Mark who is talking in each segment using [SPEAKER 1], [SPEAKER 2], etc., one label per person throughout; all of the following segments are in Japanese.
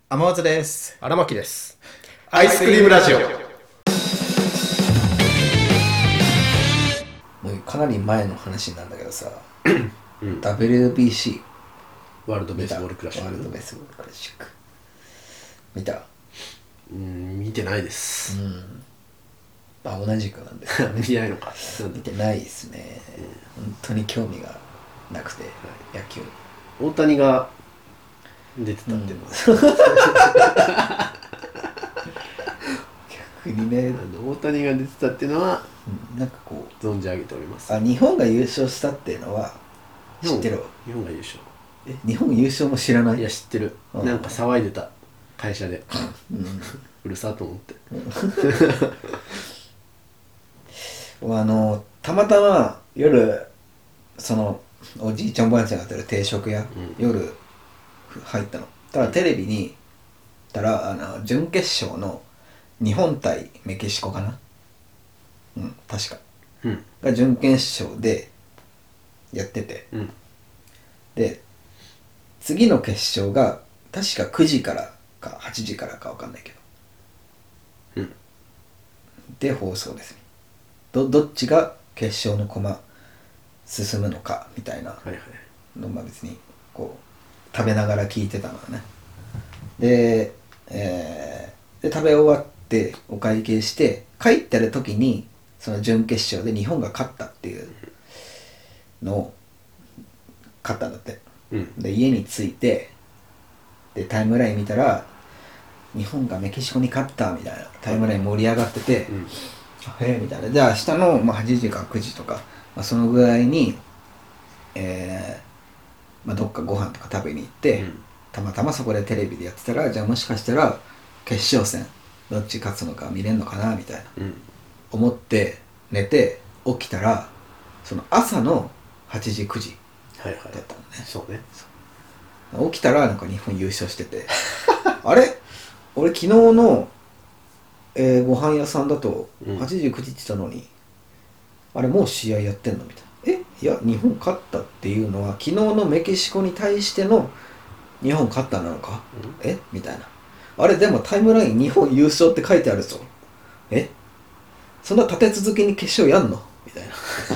[SPEAKER 1] 天松です。
[SPEAKER 2] 荒牧です。
[SPEAKER 1] アイスクリームラジオ。
[SPEAKER 3] もうかなり前の話なんだけどさ、
[SPEAKER 2] うん、
[SPEAKER 3] WBC
[SPEAKER 2] ワールドベースボールクラシック。
[SPEAKER 3] ワールドベースボールクラシック見た？
[SPEAKER 2] 見てないです。
[SPEAKER 3] 同じくなんで
[SPEAKER 2] 見てないのか。
[SPEAKER 3] 見てないですね、本当に興味がなくて、野球。
[SPEAKER 2] 大谷が出てたっていうのは、
[SPEAKER 3] 逆にね、
[SPEAKER 2] 大谷が出てたっていうのは、
[SPEAKER 3] なんかこう
[SPEAKER 2] 存じ上げております。
[SPEAKER 3] 日本が優勝したっていうのは知ってる？
[SPEAKER 2] 日本が優勝。
[SPEAKER 3] 日本優勝も知らない？
[SPEAKER 2] いや知ってる。なんか騒いでた会社で、うるさと思って。
[SPEAKER 3] たまたま夜そのおじいちゃんおばあちゃんがやってる定食屋、夜入ったの。ただテレビにたら準決勝の日本対メキシコかな、確か、が準決勝でやってて、で次の決勝が確か9時からか8時からか分かんないけど、で放送ですね。どっちが決勝の駒進むのかみたいなの、別にこう食べながら聞いてたのね。で、で食べ終わってお会計して帰ってる時にその準決勝で日本が勝ったっていうのを勝ったんだって、で家に着いて、でタイムライン見たら日本がメキシコに勝ったみたいなタイムライン盛り上がってて、へえみたいな。じゃあ明日の、8時か9時とか、そのぐらいに、どっかご飯とか食べに行って、たまたまそこでテレビでやってたら、じゃあもしかしたら決勝戦どっち勝つのか見れるのかなみたいな、思って寝て起きたらその朝の8時9時だったのね。
[SPEAKER 2] そうね。
[SPEAKER 3] 起きたらなんか日本優勝しててあれ俺昨日の、ご飯屋さんだと8時9時って言ったのに、あれもう試合やってんのみたいな。いや日本勝ったっていうのは昨日のメキシコに対しての日本勝ったなのか、みたいな。あれでもタイムライン日本優勝って書いてあるぞ。そんな立て続けに決勝やんのみたいな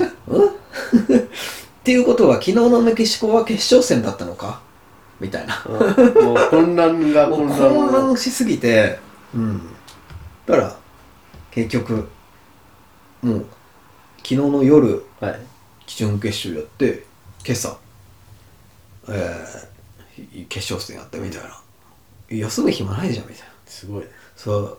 [SPEAKER 3] っていうことは昨日のメキシコは決勝戦だったのかみたいな
[SPEAKER 2] もう混
[SPEAKER 3] 乱しすぎて、だから結局もう昨日の夜、準決勝やって今朝、決勝戦やったみたいな、休む暇ないじゃんみたいな。
[SPEAKER 2] すごいね。
[SPEAKER 3] そう、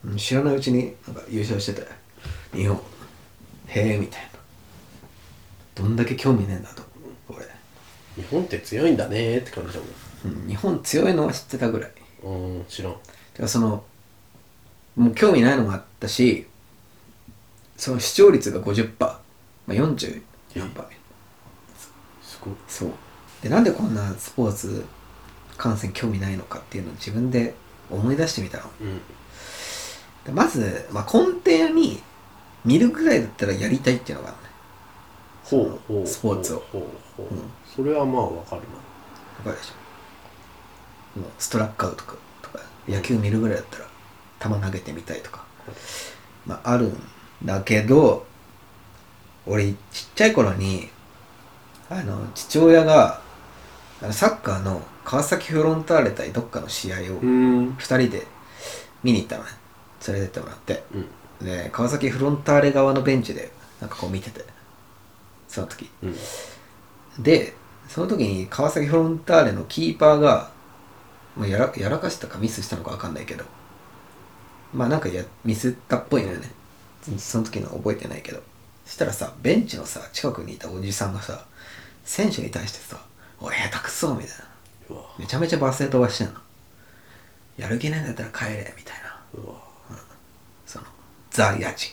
[SPEAKER 3] 知らないうちになんか優勝してて、日本へえみたいな。どんだけ興味ねえんだと、俺。
[SPEAKER 2] 日本って強いんだねーって感じだも
[SPEAKER 3] ん、日本強いのは知ってたぐらい。
[SPEAKER 2] 知らん。
[SPEAKER 3] てかもう興味ないのもあったし、その視聴率が 50%、40何パー。
[SPEAKER 2] すごい。
[SPEAKER 3] そうで、なんでこんなスポーツ観戦興味ないのかっていうのを自分で思い出してみたの。でまず、根底に見るぐらいだったらやりたいっていうのがあるね。スポーツを。
[SPEAKER 2] それはまあわかるな。
[SPEAKER 3] わかるでしょ。ストラックアウトとか野球見るぐらいだったら球投げてみたいとか、あるんだけど、俺ちっちゃい頃に父親がサッカーの川崎フロンターレ対どっかの試合を2人で見に行ったのね。連れてってもらって、で川崎フロンターレ側のベンチでなんかこう見てて、その時、でその時に川崎フロンターレのキーパーが、やらかしたかミスしたのか分かんないけど、なんかミスったっぽいのよね。その時の覚えてないけど、そしたらさ、ベンチのさ近くにいたおじさんがさ、選手に対してさ、おい下手くそみたいな、めちゃめちゃ罵声飛ばしてんの。やる気ないんだったら帰れみたいな、そのザ・ヤジ、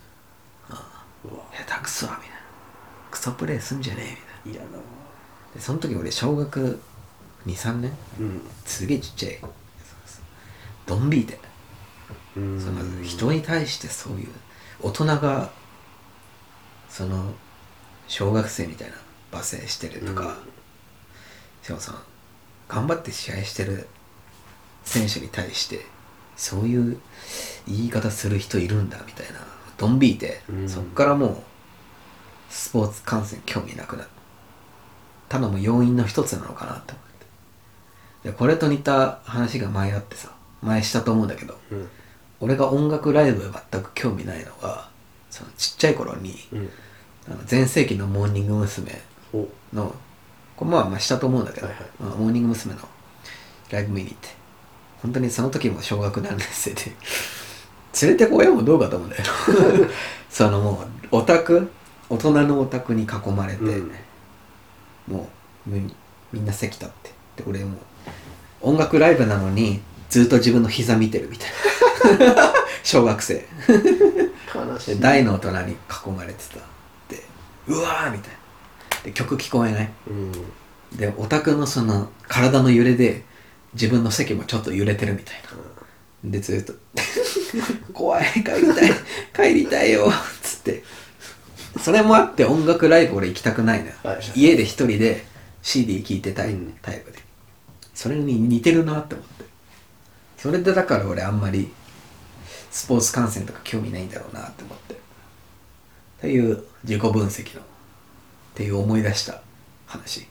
[SPEAKER 3] 下手くそみたいな、クソプレーすんじゃねえみたいな。でその時俺小学 2,3 年、すげえちっちゃい、ドン引いて、その人に対してそういう大人がその小学生みたいな罵声してるとか、しかもさ、頑張って試合してる選手に対してそういう言い方する人いるんだみたいなドン引いて、そっからもうスポーツ観戦興味なくなったのも要因の一つなのかなって思って、でこれと似た話が前あってさ、前したと思うんだけど、俺が音楽ライブ全く興味ないのが、そのちっちゃい頃に、全盛期のモーニング娘。のこれまあしたと思うんだけど、モーニング娘。のライブ見に行って、本当にその時も小学何年生で連れてこ親もどうかと思うんだよそのもう大人のオタクに囲まれて、もうみんな席立ってで、俺もう音楽ライブなのにずっと自分の膝見てるみたいな小学生
[SPEAKER 2] 悲しい。
[SPEAKER 3] 大の大人に囲まれてたで、うわーみたいなで、曲聞こえない、でオタクのその体の揺れで自分の席もちょっと揺れてるみたいな、でずっと怖い、帰りたいよっつって、それもあって音楽ライブ俺行きたくないのよ、家で一人で CD 聴いてたいタイプで、それに似てるなって思って、それでだから俺あんまりスポーツ観戦とか興味ないんだろうなって思ってっていう自己分析のっていう思い出した話、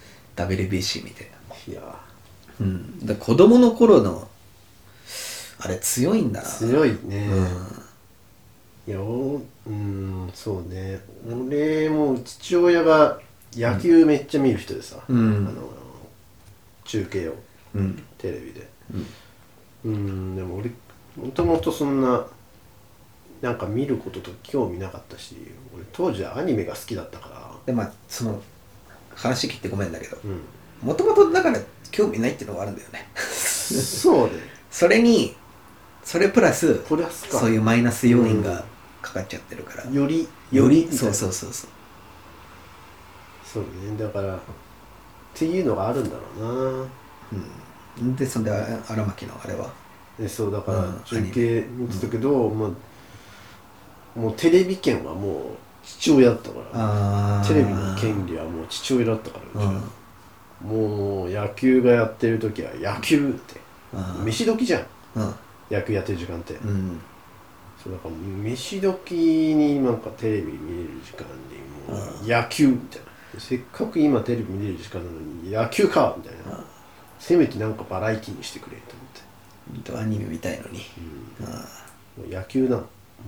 [SPEAKER 3] WBC 見て。
[SPEAKER 2] いや
[SPEAKER 3] だ子供の頃のあれ強いんだな。
[SPEAKER 2] 強いね。いやそうね。俺も父親が野球めっちゃ見る人でさ、中継を、テレビで、でも俺もともとそんななんか見ることと興味なかったし、俺当時はアニメが好きだったから。
[SPEAKER 3] でまあその話聞いてごめんだけど、もともとだから興味ないっていうのがあるんだよね
[SPEAKER 2] そうね。
[SPEAKER 3] それプラス
[SPEAKER 2] プラスか、
[SPEAKER 3] そういうマイナス要因がかかっちゃってるから、
[SPEAKER 2] より
[SPEAKER 3] そう
[SPEAKER 2] そうね。だからっていうのがあるんだろうな。
[SPEAKER 3] でそんで荒牧のあれは
[SPEAKER 2] そうだから中継見てたけど、もうテレビ権はもう父親だったから、テレビの権利はもう父親だったから、もう野球がやってる時は野球って飯時じゃん、野球やってる時間って、そうだから飯時になんかテレビ見れる時間にもう野球みたいな、せっかく今テレビ見れる時間なのに野球かみたいな、せめてなんかバラエティにしてくれと思って、
[SPEAKER 3] アニメ見たいのに、
[SPEAKER 2] もう野球なの、も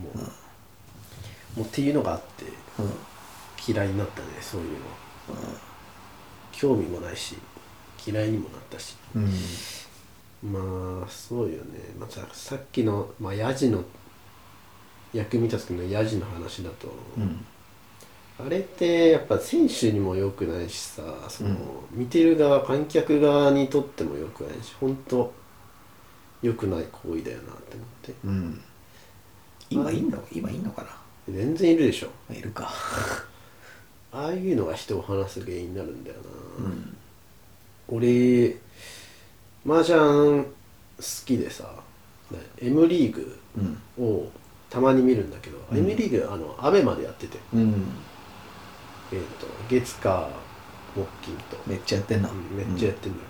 [SPEAKER 2] うっていうのがあって、嫌いになったね、そういうの、興味もないし嫌いにもなったし、まあそうよね。さっきの、ヤジの野球見た時のヤジの話だと、あれってやっぱ選手にも良くないしさ、その、見てる側観客側にとっても良くないし、本当良くない行為だよなって思って、今いんのかな。
[SPEAKER 3] 全
[SPEAKER 2] 然いるでしょ。
[SPEAKER 3] いるか
[SPEAKER 2] ああいうのが人を離す原因になるんだよな。俺麻雀好きでさ、M リーグをたまに見るんだけど、M リーグアベマでやってて、月火木金と
[SPEAKER 3] めっちゃやってんな、
[SPEAKER 2] めっちゃやってんだ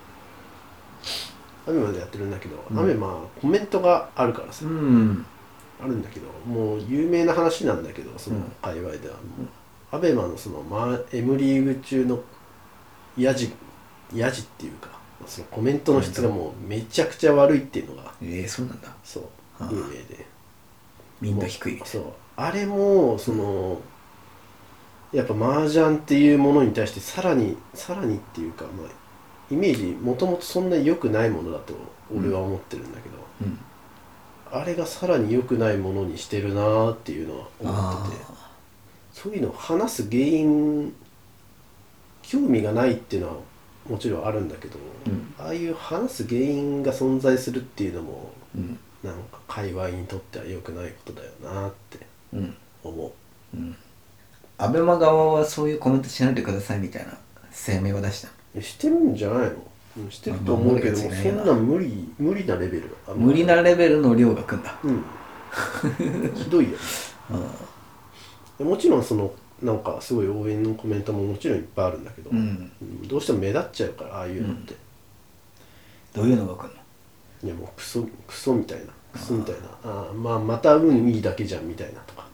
[SPEAKER 2] けど、アベマでやってるんだけど、アベマコメントがあるからさ、あるんだけど、もう有名な話なんだけど、その界隈ではもう、アベマのその、M リーグ中のヤジっていうか、そのコメントの質がもうめちゃくちゃ悪いっていうのが、
[SPEAKER 3] そうなんだ。
[SPEAKER 2] そう有名で、
[SPEAKER 3] みんな低いみたいな。
[SPEAKER 2] そうあれもその、やっぱ麻雀っていうものに対してさらにっていうか、イメージもともとそんなに良くないものだと俺は思ってるんだけど、あれがさらに良くないものにしてるなーっていうのは思ってて、そういうのを話す原因、興味がないっていうのはもちろんあるんだけど、ああいう話す原因が存在するっていうのも、なんか界隈にとっては良くないことだよなって思う。
[SPEAKER 3] アベマ側はそういうコメントしないでくださいみたいな声明を出した。
[SPEAKER 2] してるんじゃないの？してると思うけども、そんな無理なレベル。
[SPEAKER 3] 無理なレベルの量がくんだ。
[SPEAKER 2] ひどいよね。もちろんそのなんかすごい応援のコメントももちろんいっぱいあるんだけど、どうしても目立っちゃうから、ああいうのって。
[SPEAKER 3] どういうのが来るの？
[SPEAKER 2] いやもうクソみたいなまた運いいだけじゃんみたいなとか。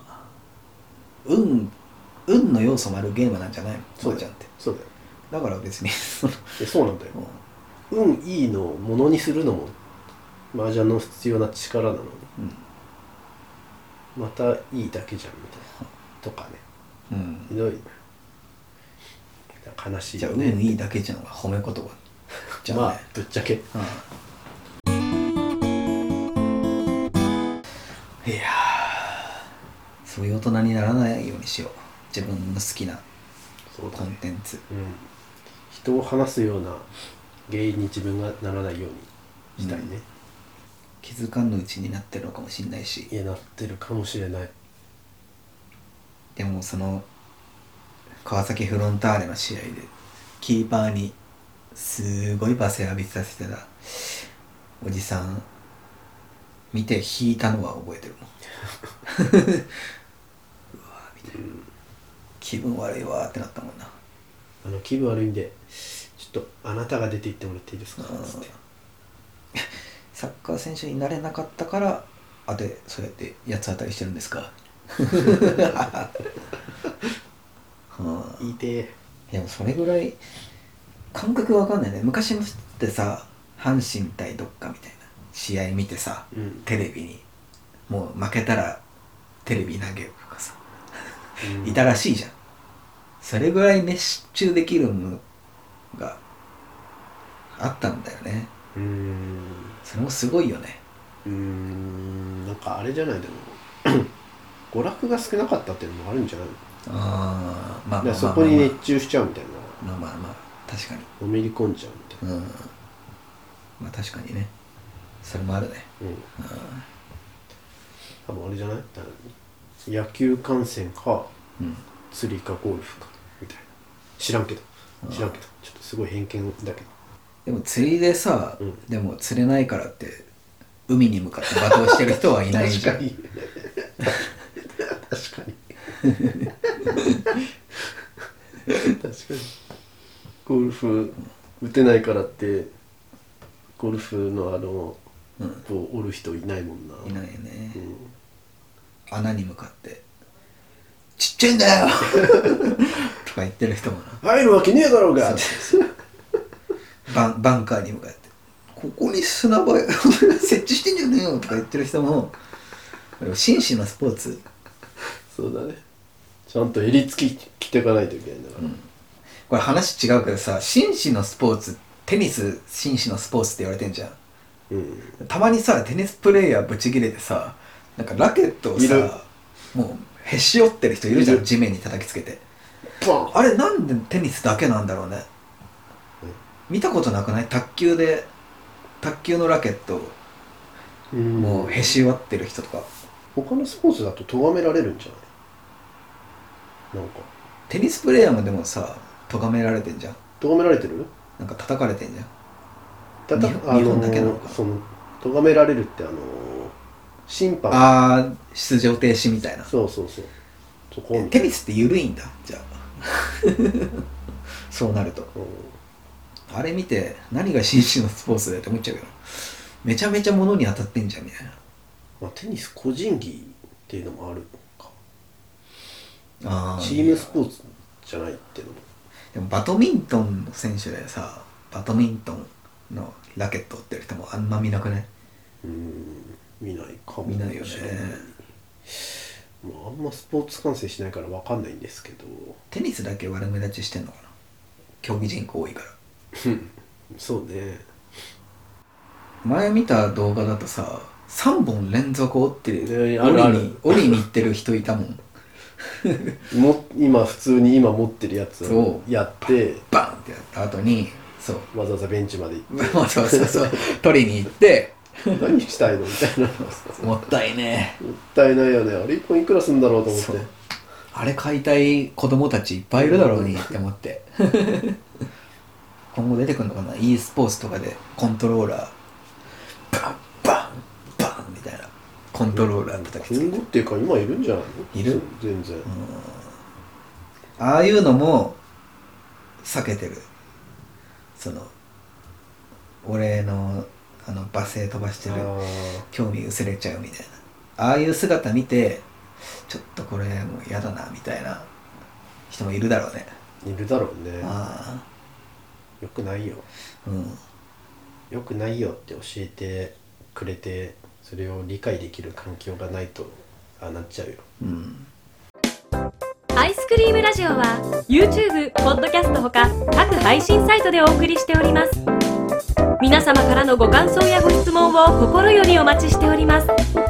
[SPEAKER 3] 運の要素もあるゲームなんじゃないの
[SPEAKER 2] そう
[SPEAKER 3] 麻雀って。
[SPEAKER 2] そうだよ。
[SPEAKER 3] だから別に
[SPEAKER 2] そうなんだよ。運いいのをものにするのも麻雀の必要な力なのに、またいいだけじゃんみたいなとかね、ひどい悲しい
[SPEAKER 3] じゃあ
[SPEAKER 2] よね。
[SPEAKER 3] 運いいだけじゃんは褒め言葉じゃあね、
[SPEAKER 2] まあぶっちゃけ、
[SPEAKER 3] いやそういう大人にならないようにしよう。自分の好きなコンテンツ、
[SPEAKER 2] 人を話すような原因に自分がならないようにしたいね。
[SPEAKER 3] 気づかぬうちになってるのかもしれないし。
[SPEAKER 2] いやなってるかもしれない。
[SPEAKER 3] でもその川崎フロンターレの試合でキーパーにすごい罵声浴びさせてたおじさん見て引いたのは覚えてるもんうわみたいな、気分悪いわってなったもんな。
[SPEAKER 2] 気分悪いんでちょっとあなたが出て行ってもらっていいですかつって
[SPEAKER 3] サッカー選手になれなかったからでそうやって八つ当たりしてるんですか
[SPEAKER 2] 言いて
[SPEAKER 3] いやもうそれぐらい感覚わかんないね。昔の人ってさ阪神対どっかみたいな試合見てさ、テレビにもう負けたらテレビ投げるとかさ、いたらしいじゃん。それぐらい熱中できるものがあったんだよね。それもすごいよね。
[SPEAKER 2] なんかあれじゃないでも娯楽が少なかったっていうのもあるんじゃないの。まあそこに熱中しちゃうみたいな。
[SPEAKER 3] まあ確かに
[SPEAKER 2] のめり込んじゃうみたいな。
[SPEAKER 3] まあ確かにね、それもあるね。
[SPEAKER 2] 多分あれじゃない、野球観戦か、釣りかゴルフかみたいな。知らんけどちょっとすごい偏見だけど。
[SPEAKER 3] でも釣りでさ、でも釣れないからって海に向かって罵倒してる人はいないじゃん。
[SPEAKER 2] 確かにゴルフ打てないからってゴルフのこう折る人いないもんな。
[SPEAKER 3] いないよね、穴に向かってちっちゃいんだよとか言ってる人もな。
[SPEAKER 2] 入るわけねえだろうが
[SPEAKER 3] バンカーに向かってここに砂場設置してんじゃねえよとか言ってる人も紳士のスポーツ。
[SPEAKER 2] そうだね、ちゃんと襟付き着ていかないといけないんだから、
[SPEAKER 3] これ話違うけどさ、紳士のスポーツ、テニス紳士のスポーツって言われてんじゃん。たまにさテニスプレーヤーブチギレてさ、なんかラケットをさもうへし折ってる人いるじゃん、地面に叩きつけて。あれなんでテニスだけなんだろうね。見たことなくない？卓球のラケットもうへし折ってる人とか。
[SPEAKER 2] 他のスポーツだと咎められるんじゃない？なんか
[SPEAKER 3] テニスプレーヤーもでもさ咎められてんじゃん。
[SPEAKER 2] 咎められてる？
[SPEAKER 3] なんか叩かれてんじゃん。
[SPEAKER 2] 日本だけなのかな。咎められるって審判
[SPEAKER 3] 出場停止みたいな。
[SPEAKER 2] そう
[SPEAKER 3] テニスって緩いんだじゃあそうなると、あれ見て何が紳士のスポーツだよって思っちゃうけど、めちゃめちゃ物に当たってんじゃんみたいな。
[SPEAKER 2] まあ、テニス個人技っていうのもあるか。チームスポーツじゃないっていうのも。
[SPEAKER 3] でもバドミントンの選手でさ、バドミントンのラケット折ってる人もあんま見なくない？
[SPEAKER 2] 見ないかも
[SPEAKER 3] 見ないよね。
[SPEAKER 2] あんまスポーツ観戦しないから分かんないんですけど、
[SPEAKER 3] テニスだけ悪目立ちしてんのかな、競技人口多いから
[SPEAKER 2] そうね。
[SPEAKER 3] 前見た動画だとさ3本連続折ってる、折りに行ってる人いたもん
[SPEAKER 2] 今普通に今持ってるやつをやって
[SPEAKER 3] バンってやった後に
[SPEAKER 2] わざわざベンチまで行って
[SPEAKER 3] そう取りに行って
[SPEAKER 2] 何したいのみたいな
[SPEAKER 3] もったいね
[SPEAKER 2] もったいないよね。あれ1本いくらすんだろうと思って。
[SPEAKER 3] あれ買いたい子供たちいっぱいいるだろうにって思って今後出てくるのかな、 e スポーツとかでコントローラーバンバンバンみたいなコントローラー叩きつけて、
[SPEAKER 2] 今後っていうか今いるんじゃないの？
[SPEAKER 3] いる？
[SPEAKER 2] 全然。
[SPEAKER 3] ああいうのも避けてる。俺の罵罵声飛ばしてる
[SPEAKER 2] あ
[SPEAKER 3] 興味薄れちゃうみたいな、ああいう姿見てちょっとこれもう嫌だなみたいな人もいるだろうね。
[SPEAKER 2] ーいるだろうね。
[SPEAKER 3] あ
[SPEAKER 2] よくないよ、
[SPEAKER 3] あ、うん
[SPEAKER 2] よくないよって教えてくれて、それを理解できる環境がないとああなっちゃうよ。
[SPEAKER 3] うん
[SPEAKER 4] アイスクリームラジオは YouTube、ポッドキャストほか各配信サイトでお送りしております。皆様からのご感想やご質問を心よりお待ちしております。